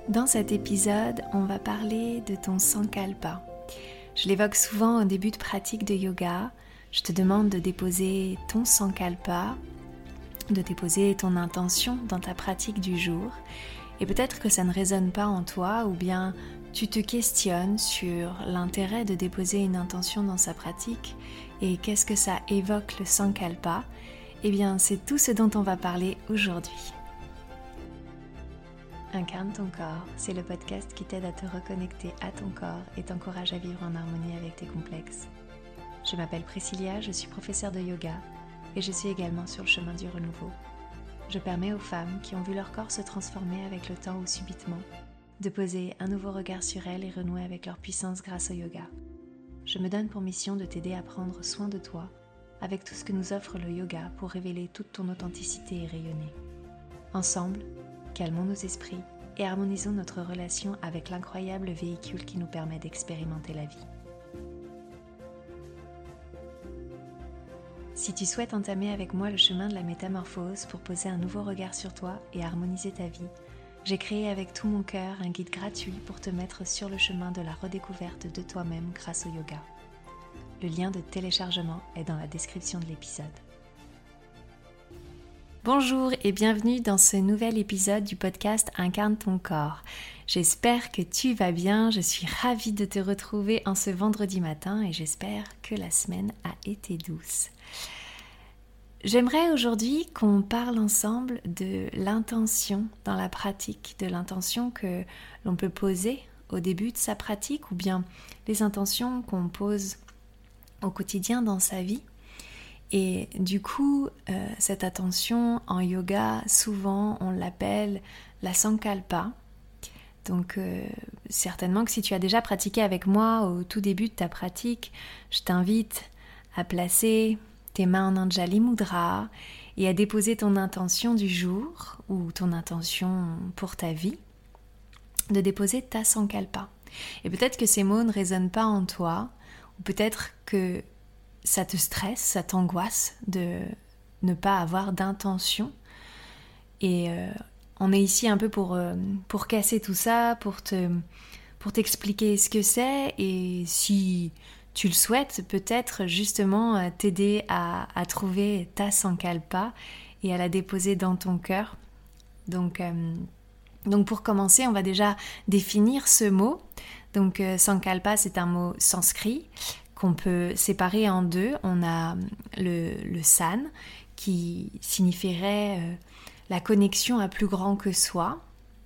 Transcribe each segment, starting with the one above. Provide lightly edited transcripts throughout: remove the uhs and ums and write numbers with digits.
Dans cet épisode, on va parler de ton sankalpa. Je l'évoque souvent au début de pratique de yoga. Je te demande de déposer ton sankalpa, de déposer ton intention dans ta pratique du jour. Et peut-être que ça ne résonne pas en toi, ou bien tu te questionnes sur l'intérêt de déposer une intention dans sa pratique et qu'est-ce que ça évoque le sankalpa. Eh bien, c'est tout ce dont on va parler aujourd'hui. Incarne ton corps, c'est le podcast qui t'aide à te reconnecter à ton corps et t'encourage à vivre en harmonie avec tes complexes. Je m'appelle Priscilla, je suis professeure de yoga et je suis également sur le chemin du renouveau. Je permets aux femmes qui ont vu leur corps se transformer avec le temps ou subitement de poser un nouveau regard sur elles et renouer avec leur puissance grâce au yoga. Je me donne pour mission de t'aider à prendre soin de toi avec tout ce que nous offre le yoga pour révéler toute ton authenticité et rayonner. Ensemble, calmons nos esprits et harmonisons notre relation avec l'incroyable véhicule qui nous permet d'expérimenter la vie. Si tu souhaites entamer avec moi le chemin de la métamorphose pour poser un nouveau regard sur toi et harmoniser ta vie, j'ai créé avec tout mon cœur un guide gratuit pour te mettre sur le chemin de la redécouverte de toi-même grâce au yoga. Le lien de téléchargement est dans la description de l'épisode. Bonjour et bienvenue dans ce nouvel épisode du podcast Incarne ton corps. J'espère que tu vas bien, je suis ravie de te retrouver en ce vendredi matin et j'espère que la semaine a été douce. J'aimerais aujourd'hui qu'on parle ensemble de l'intention dans la pratique, de l'intention que l'on peut poser au début de sa pratique ou bien les intentions qu'on pose au quotidien dans sa vie. Et du coup, cette attention en yoga, souvent on l'appelle la sankalpa. Donc certainement que si tu as déjà pratiqué avec moi au tout début de ta pratique, je t'invite à placer tes mains en Anjali Mudra et à déposer ton intention du jour ou ton intention pour ta vie, de déposer ta sankalpa. Et peut-être que ces mots ne résonnent pas en toi, ou peut-être que ça te stresse, ça t'angoisse de ne pas avoir d'intention. Et on est ici un peu pour casser tout ça, pour t'expliquer ce que c'est et si tu le souhaites, peut-être justement t'aider à trouver ta sankalpa et à la déposer dans ton cœur. Donc pour commencer, on va déjà définir ce mot. Donc sankalpa, c'est un mot sanskrit qu'on peut séparer en deux. On a le san qui signifierait la connexion à plus grand que soi.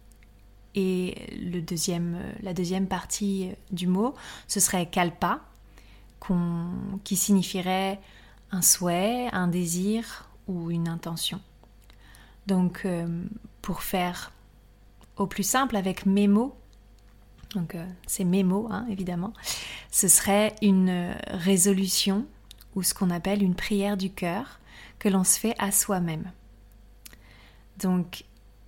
Et la deuxième partie du mot, ce serait kalpa, qui signifierait un souhait, un désir ou une intention. Donc pour faire au plus simple avec mes mots, donc c'est mes mots évidemment, ce serait une résolution ou ce qu'on appelle une prière du cœur que l'on se fait à soi-même. Donc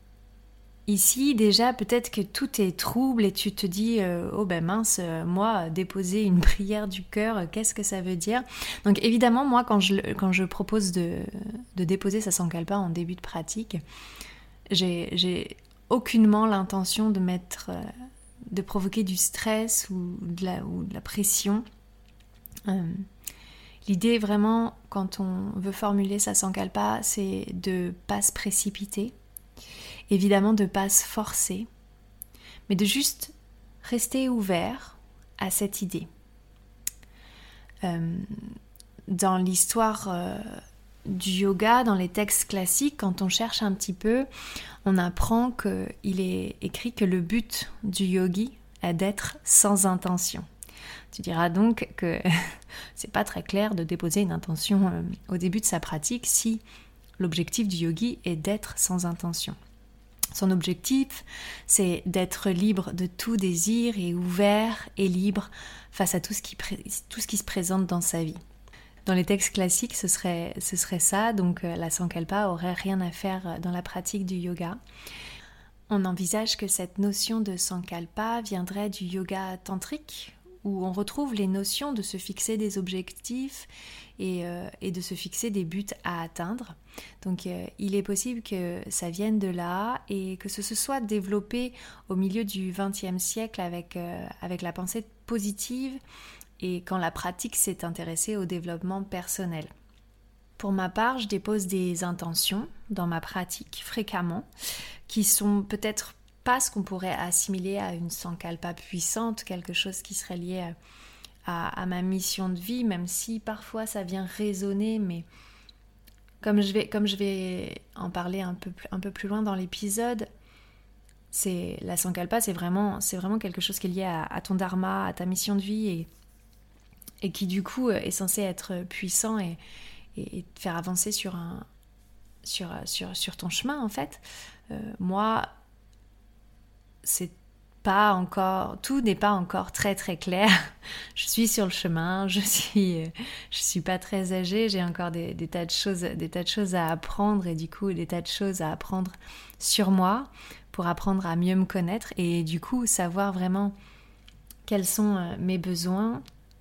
ici déjà peut-être que tout est trouble et tu te dis oh ben mince, moi déposer une prière du cœur, qu'est-ce que ça veut dire? Donc évidemment moi quand je propose de déposer sa sankalpa en début de pratique, j'ai aucunement l'intention de provoquer du stress ou de la pression. L'idée vraiment, quand on veut formuler sa sankalpa, c'est de ne pas se précipiter, évidemment de ne pas se forcer, mais de juste rester ouvert à cette idée. Dans l'histoire du yoga, dans les textes classiques, quand on cherche un petit peu, on apprend qu'il est écrit que le but du yogi est d'être sans intention. Tu diras donc que c'est pas très clair de déposer une intention au début de sa pratique si l'objectif du yogi est d'être sans intention. Son objectif, c'est d'être libre de tout désir et ouvert et libre face à tout ce qui se présente dans sa vie. Dans les textes classiques, ce serait ça, donc la sankalpa aurait rien à faire dans la pratique du yoga. On envisage que cette notion de sankalpa viendrait du yoga tantrique où on retrouve les notions de se fixer des objectifs et de se fixer des buts à atteindre. Donc il est possible que ça vienne de là et que ce se soit développé au milieu du XXe siècle avec la pensée positive et quand la pratique s'est intéressée au développement personnel. Pour ma part, je dépose des intentions dans ma pratique fréquemment qui sont peut-être pas ce qu'on pourrait assimiler à une sankalpa puissante, quelque chose qui serait lié à ma mission de vie, même si parfois ça vient résonner, mais comme je vais en parler un peu plus loin dans l'épisode, la sankalpa, c'est vraiment quelque chose qui est lié à ton dharma, à ta mission de vie et qui du coup est censé être puissant et te faire avancer sur ton chemin en fait. Moi, tout n'est pas encore très très clair. Je suis sur le chemin, je suis pas très âgée, j'ai encore des tas de choses à apprendre et du coup des tas de choses à apprendre sur moi pour apprendre à mieux me connaître et du coup savoir vraiment quels sont mes besoins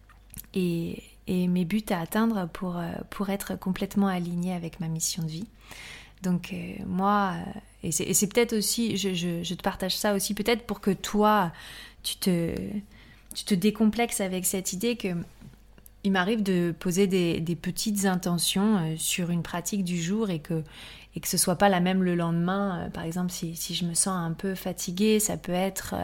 et mes buts à atteindre pour être complètement alignée avec ma mission de vie. Donc moi, et c'est peut-être aussi, je te partage ça aussi, peut-être pour que toi, tu te décomplexes avec cette idée que il m'arrive de poser des petites intentions sur une pratique du jour et que ce soit pas la même le lendemain. Par exemple, si je me sens un peu fatiguée, ça peut être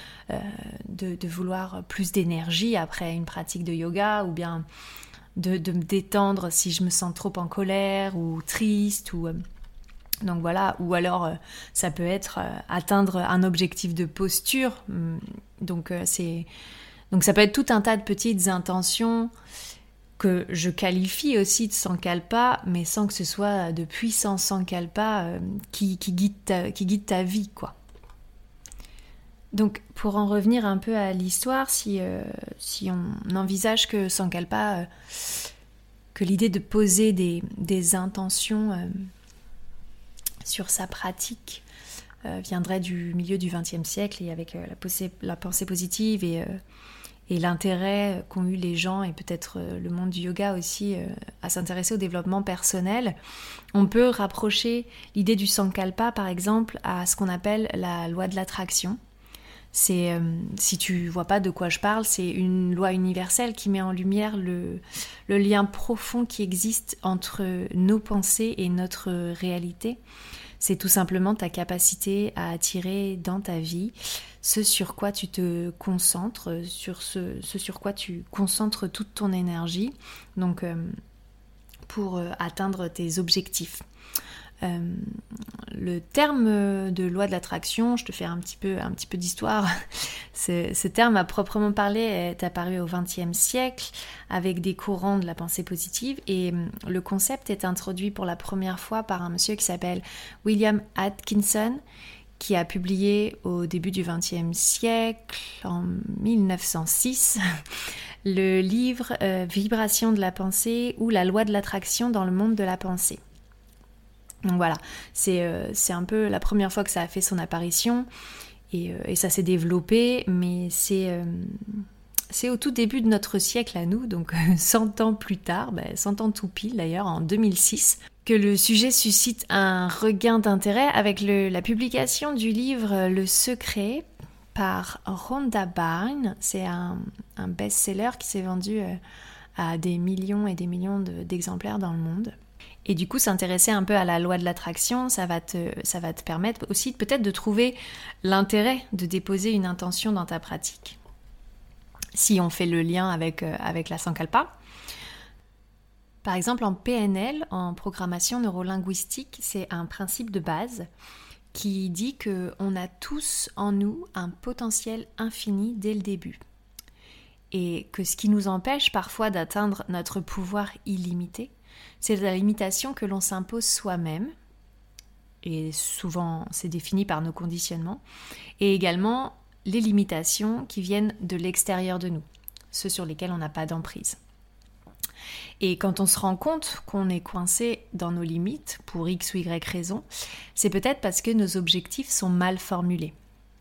de vouloir plus d'énergie après une pratique de yoga ou bien de me détendre si je me sens trop en colère ou triste donc voilà, ou alors ça peut être atteindre un objectif de posture. Donc ça peut être tout un tas de petites intentions que je qualifie aussi de sankalpa, mais sans que ce soit de puissants sankalpa qui guide ta vie, quoi. Donc pour en revenir un peu à l'histoire, si on envisage que sankalpa, que l'idée de poser des intentions sur sa pratique viendrait du milieu du XXe siècle et avec la pensée positive et l'intérêt qu'ont eu les gens et peut-être le monde du yoga aussi à s'intéresser au développement personnel, on peut rapprocher l'idée du sankalpa par exemple à ce qu'on appelle la loi de l'attraction. C'est, si tu vois pas de quoi je parle, c'est une loi universelle qui met en lumière le lien profond qui existe entre nos pensées et notre réalité. C'est tout simplement ta capacité à attirer dans ta vie ce sur quoi tu te concentres, ce sur quoi tu concentres toute ton énergie, donc pour atteindre tes objectifs. Le terme de loi de l'attraction, je te fais un petit peu d'histoire. Ce terme à proprement parler est apparu au XXe siècle avec des courants de la pensée positive et le concept est introduit pour la première fois par un monsieur qui s'appelle William Atkinson qui a publié au début du XXe siècle, en 1906, le livre Vibrations de la pensée ou la loi de l'attraction dans le monde de la pensée. Donc voilà, c'est un peu la première fois que ça a fait son apparition et ça s'est développé, mais c'est au tout début de notre siècle à nous, donc 100 ans plus tard, 100 ans tout pile d'ailleurs, en 2006, que le sujet suscite un regain d'intérêt avec la publication du livre Le Secret par Rhonda Byrne. C'est un best-seller qui s'est vendu à des millions et des millions d'exemplaires dans le monde. Et du coup, s'intéresser un peu à la loi de l'attraction, ça va te permettre aussi peut-être de trouver l'intérêt de déposer une intention dans ta pratique. Si on fait le lien avec la sankalpa. Par exemple, en PNL, en programmation neurolinguistique, c'est un principe de base qui dit qu'on a tous en nous un potentiel infini dès le début. Et que ce qui nous empêche parfois d'atteindre notre pouvoir illimité, c'est la limitation que l'on s'impose soi-même, et souvent c'est défini par nos conditionnements, et également les limitations qui viennent de l'extérieur de nous, ceux sur lesquels on n'a pas d'emprise. Et quand on se rend compte qu'on est coincé dans nos limites, pour X ou Y raison, c'est peut-être parce que nos objectifs sont mal formulés.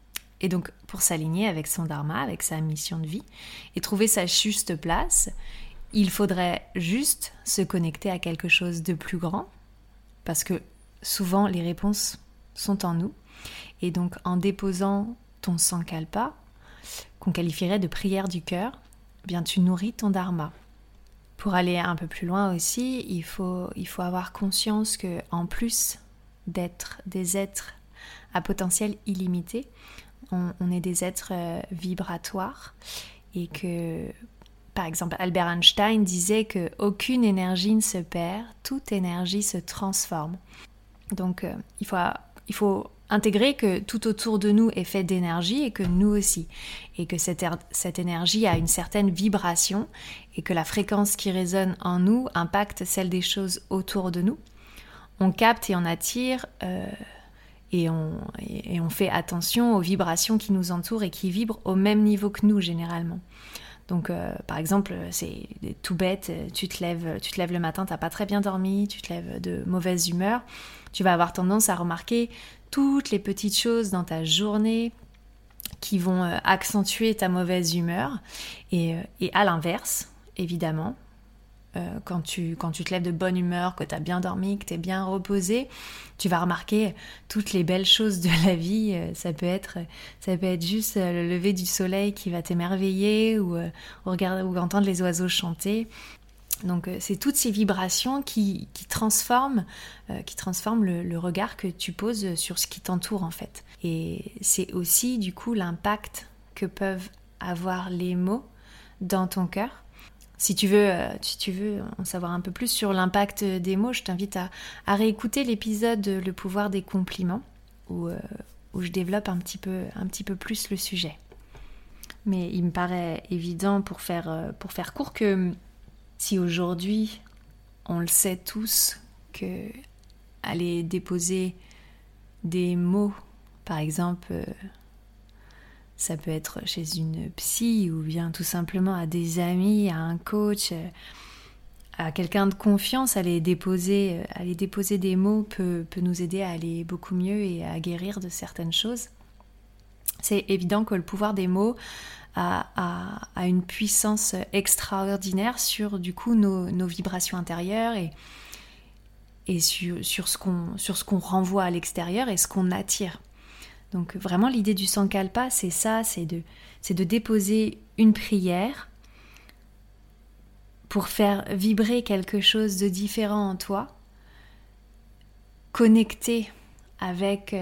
Et donc, pour s'aligner avec son dharma, avec sa mission de vie, et trouver sa juste place, il faudrait juste se connecter à quelque chose de plus grand, parce que souvent, les réponses sont en nous. Et donc, en déposant ton sankalpa, qu'on qualifierait de prière du cœur, eh bien, tu nourris ton dharma. Pour aller un peu plus loin aussi, il faut avoir conscience qu'en plus d'être des êtres à potentiel illimité, on est des êtres vibratoires et que, par exemple, Albert Einstein disait qu'aucune énergie ne se perd, toute énergie se transforme. Donc, il faut intégrer que tout autour de nous est fait d'énergie et que nous aussi. Et que cette énergie a une certaine vibration et que la fréquence qui résonne en nous impacte celle des choses autour de nous. On capte et on attire et on fait attention aux vibrations qui nous entourent et qui vibrent au même niveau que nous généralement. Donc, par exemple, c'est tout bête, tu te lèves le matin, t'as pas très bien dormi, tu te lèves de mauvaise humeur, tu vas avoir tendance à remarquer toutes les petites choses dans ta journée qui vont accentuer ta mauvaise humeur. Et à l'inverse, évidemment, quand tu te lèves de bonne humeur, que tu as bien dormi, que tu es bien reposé, tu vas remarquer toutes les belles choses de la vie. Ça peut être juste le lever du soleil qui va t'émerveiller ou entendre les oiseaux chanter. Donc c'est toutes ces vibrations qui transforment le regard que tu poses sur ce qui t'entoure en fait. Et c'est aussi du coup l'impact que peuvent avoir les mots dans ton cœur. Si tu veux en savoir un peu plus sur l'impact des mots, je t'invite à réécouter l'épisode Le pouvoir des compliments où je développe un petit peu plus le sujet. Mais il me paraît évident pour faire court que si aujourd'hui, on le sait tous, que aller déposer des mots, par exemple, ça peut être chez une psy ou bien tout simplement à des amis, à un coach, à quelqu'un de confiance, aller déposer des mots peut nous aider à aller beaucoup mieux et à guérir de certaines choses. C'est évident que le pouvoir des mots a une puissance extraordinaire sur du coup nos vibrations intérieures et sur ce qu'on renvoie à l'extérieur et ce qu'on attire. Donc vraiment l'idée du sankalpa, c'est ça, c'est de déposer une prière pour faire vibrer quelque chose de différent en toi, connecté avec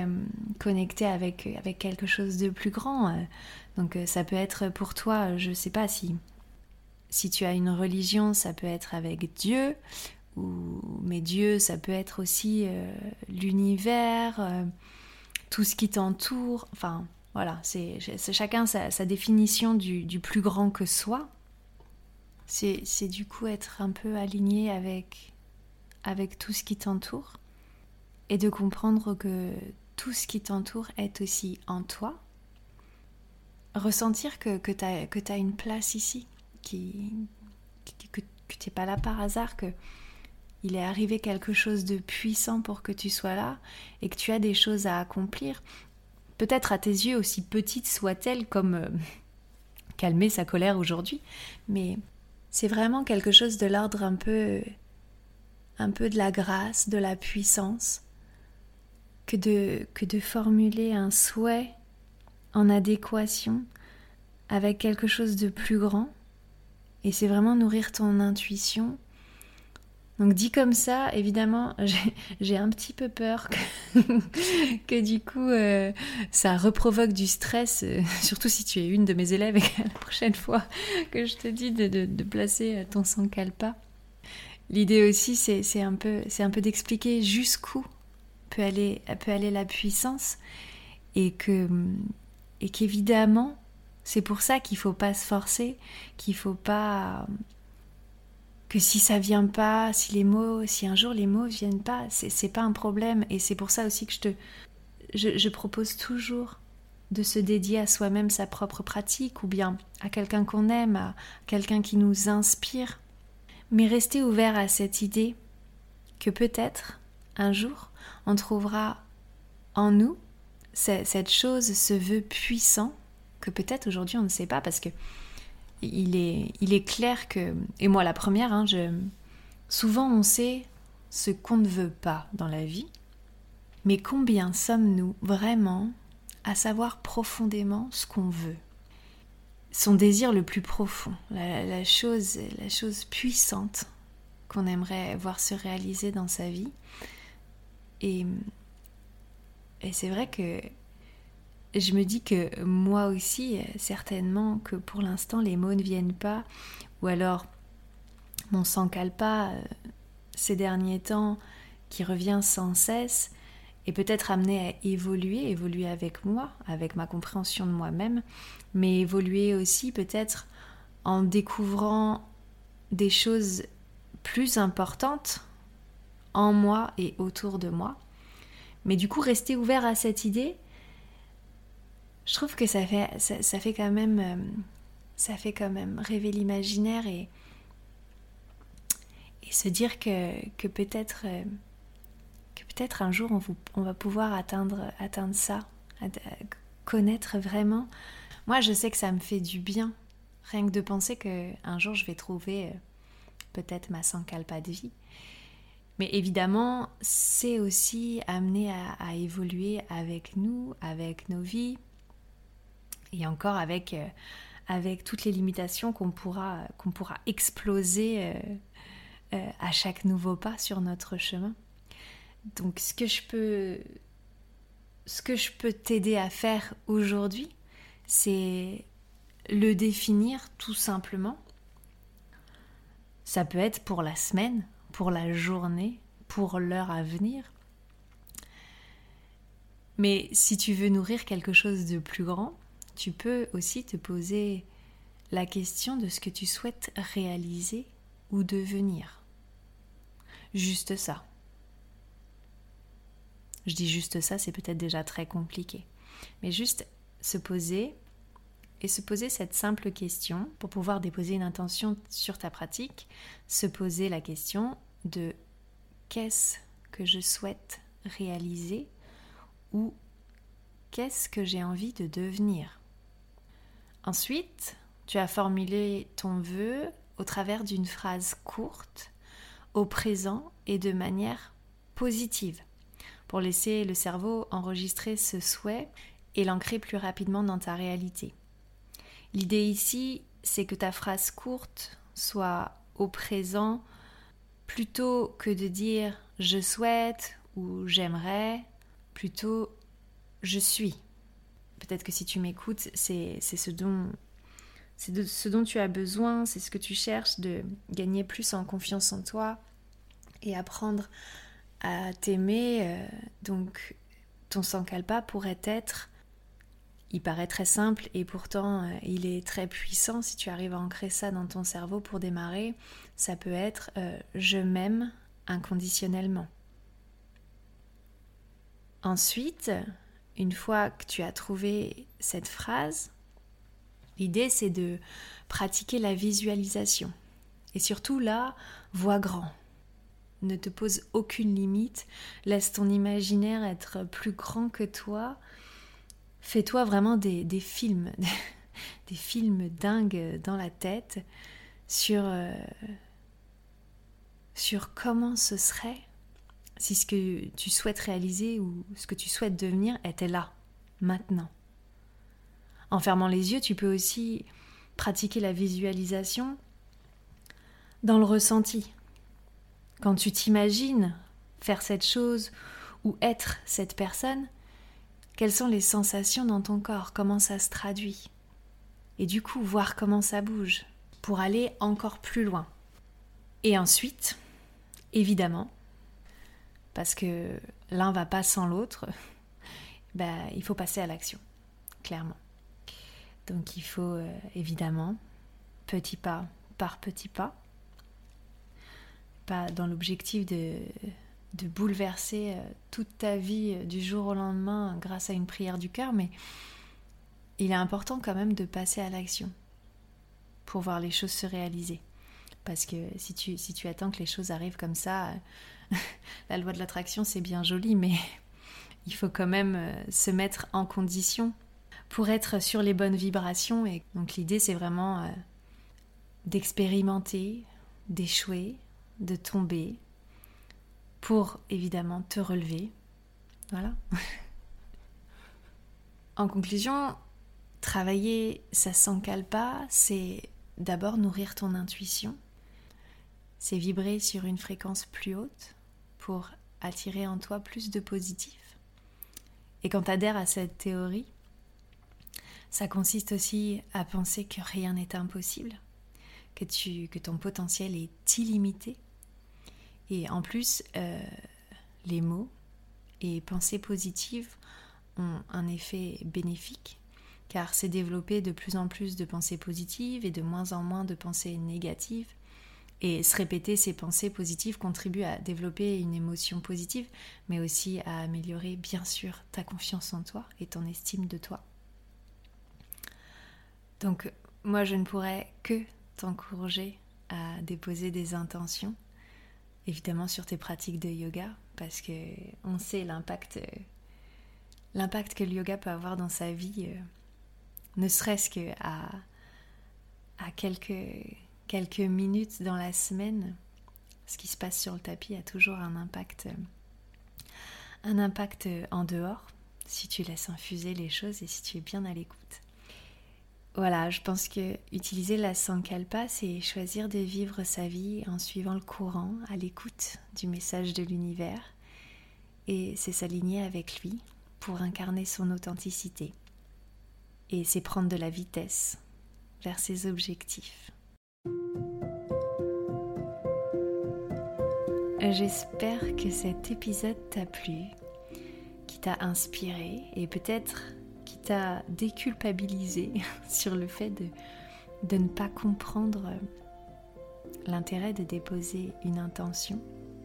quelque chose de plus grand. Donc ça peut être pour toi, je ne sais pas si tu as une religion, ça peut être avec Dieu, mais Dieu, ça peut être aussi l'univers, tout ce qui t'entoure. Enfin, voilà, c'est chacun sa définition du plus grand que soi. C'est du coup être un peu aligné avec tout ce qui t'entoure et de comprendre que tout ce qui t'entoure est aussi en toi. Ressentir que t'as une place ici, que t'es pas là par hasard, que il est arrivé quelque chose de puissant pour que tu sois là et que tu as des choses à accomplir. Peut-être à tes yeux, aussi petites soient-elles, comme calmer sa colère aujourd'hui, mais c'est vraiment quelque chose de l'ordre un peu de la grâce, de la puissance, que de formuler un souhait en adéquation avec quelque chose de plus grand. Et c'est vraiment nourrir ton intuition. Donc dit comme ça, évidemment, j'ai un petit peu peur que du coup ça reprovoque du stress, surtout si tu es une de mes élèves et que la prochaine fois que je te dis de placer ton sankalpa. L'idée aussi, c'est un peu d'expliquer jusqu'où peut aller la puissance et qu'évidemment, c'est pour ça qu'il ne faut pas se forcer, qu'il ne faut pas... que si ça vient pas, si un jour les mots viennent pas, c'est pas un problème. Et c'est pour ça aussi que je propose toujours de se dédier à soi-même sa propre pratique, ou bien à quelqu'un qu'on aime, à quelqu'un qui nous inspire. Mais rester ouvert à cette idée que peut-être, un jour, on trouvera en nous cette chose, ce vœu puissant, que peut-être aujourd'hui on ne sait pas, parce que il est clair que, et moi la première, souvent on sait ce qu'on ne veut pas dans la vie, mais combien sommes-nous vraiment à savoir profondément ce qu'on veut? Son désir le plus profond, la chose puissante qu'on aimerait voir se réaliser dans sa vie. Et c'est vrai que je me dis que moi aussi, certainement que pour l'instant les mots ne viennent pas, ou alors mon sang cale pas ces derniers temps qui revient sans cesse, et peut-être amené à évoluer avec moi, avec ma compréhension de moi-même, mais évoluer aussi peut-être en découvrant des choses plus importantes en moi et autour de moi. Mais du coup, rester ouvert à cette idée, je trouve que ça fait quand même rêver l'imaginaire et se dire que peut-être un jour on va pouvoir atteindre ça, connaître vraiment. Moi, je sais que ça me fait du bien, rien que de penser qu'un jour je vais trouver peut-être ma sankalpa de vie. Mais évidemment, c'est aussi amené à évoluer avec nous, avec nos vies, et encore avec toutes les limitations qu'on pourra exploser à chaque nouveau pas sur notre chemin. Donc ce que je peux t'aider à faire aujourd'hui, c'est le définir tout simplement. Ça peut être pour la semaine, pour la journée, pour l'heure à venir. Mais si tu veux nourrir quelque chose de plus grand, tu peux aussi te poser la question de ce que tu souhaites réaliser ou devenir. Juste ça. Je dis juste ça, c'est peut-être déjà très compliqué. Mais juste se poser cette simple question pour pouvoir déposer une intention sur ta pratique, se poser la question de qu'est-ce que je souhaite réaliser ou qu'est-ce que j'ai envie de devenir. Ensuite, tu as formulé ton vœu au travers d'une phrase courte, au présent et de manière positive, pour laisser le cerveau enregistrer ce souhait et l'ancrer plus rapidement dans ta réalité. L'idée ici, c'est que ta phrase courte soit au présent plutôt que de dire « je souhaite » ou « j'aimerais », plutôt « je suis ». Peut-être que si tu m'écoutes, c'est de ce dont tu as besoin, c'est ce que tu cherches, de gagner plus en confiance en toi et apprendre à t'aimer. Donc ton sankalpa pourrait être, il paraît très simple et pourtant il est très puissant. Si tu arrives à ancrer ça dans ton cerveau pour démarrer, ça peut être je m'aime inconditionnellement. Ensuite, une fois que tu as trouvé cette phrase, l'idée c'est de pratiquer la visualisation. Et surtout là, vois grand. Ne te pose aucune limite, laisse ton imaginaire être plus grand que toi. Fais-toi vraiment des films, des films dingues dans la tête sur comment ce serait si ce que tu souhaites réaliser ou ce que tu souhaites devenir était là, maintenant. En fermant les yeux, tu peux aussi pratiquer la visualisation dans le ressenti. Quand tu t'imagines faire cette chose ou être cette personne, quelles sont les sensations dans ton corps, comment ça se traduit? Et du coup, voir comment ça bouge pour aller encore plus loin. Et ensuite, évidemment, parce que l'un va pas sans l'autre, il faut passer à l'action, clairement. Donc il faut évidemment, petit pas par petit pas, pas dans l'objectif de bouleverser toute ta vie du jour au lendemain grâce à une prière du cœur, mais il est important quand même de passer à l'action pour voir les choses se réaliser. Parce que si tu attends que les choses arrivent comme ça, la loi de l'attraction c'est bien joli, mais il faut quand même se mettre en condition pour être sur les bonnes vibrations. Et donc l'idée, c'est vraiment d'expérimenter, d'échouer, de tomber, pour évidemment te relever. Voilà. En conclusion, travailler sa sankalpa, c'est d'abord nourrir ton intuition. C'est vibrer sur une fréquence plus haute pour attirer en toi plus de positif. Et quand tu adhères à cette théorie, ça consiste aussi à penser que rien n'est impossible, que ton potentiel est illimité. Et en plus, les mots et pensées positives ont un effet bénéfique, car c'est développer de plus en plus de pensées positives et de moins en moins de pensées négatives. Et se répéter ces pensées positives contribue à développer une émotion positive, mais aussi à améliorer bien sûr ta confiance en toi et ton estime de toi. Donc moi je ne pourrais que t'encourager à déposer des intentions, évidemment sur tes pratiques de yoga, parce que on sait l'impact que le yoga peut avoir dans sa vie, ne serait-ce qu'à quelques minutes dans la semaine. Ce qui se passe sur le tapis a toujours un impact en dehors, si tu laisses infuser les choses et si tu es bien à l'écoute. Voilà, je pense que utiliser la sankalpa, c'est choisir de vivre sa vie en suivant le courant, à l'écoute du message de l'univers, et c'est s'aligner avec lui pour incarner son authenticité. Et c'est prendre de la vitesse vers ses objectifs. J'espère que cet épisode t'a plu, qui t'a inspiré et peut-être qui t'a déculpabilisé sur le fait de ne pas comprendre l'intérêt de déposer une intention,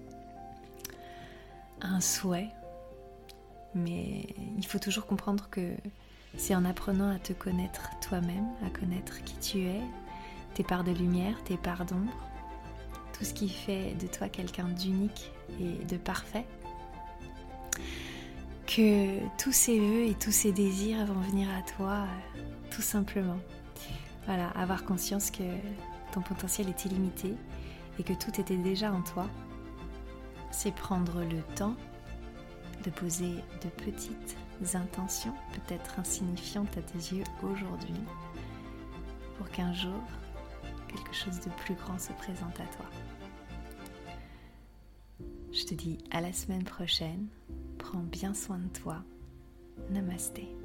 un souhait. Mais il faut toujours comprendre que c'est en apprenant à te connaître toi-même, à connaître qui tu es, tes parts de lumière, tes parts d'ombre, tout ce qui fait de toi quelqu'un d'unique et de parfait, que tous ces vœux et tous ces désirs vont venir à toi tout simplement. Voilà, avoir conscience que ton potentiel est illimité et que tout était déjà en toi. C'est prendre le temps de poser de petites intentions, peut-être insignifiantes à tes yeux aujourd'hui, pour qu'un jour, quelque chose de plus grand se présente à toi. Je te dis à la semaine prochaine. Prends bien soin de toi. Namasté.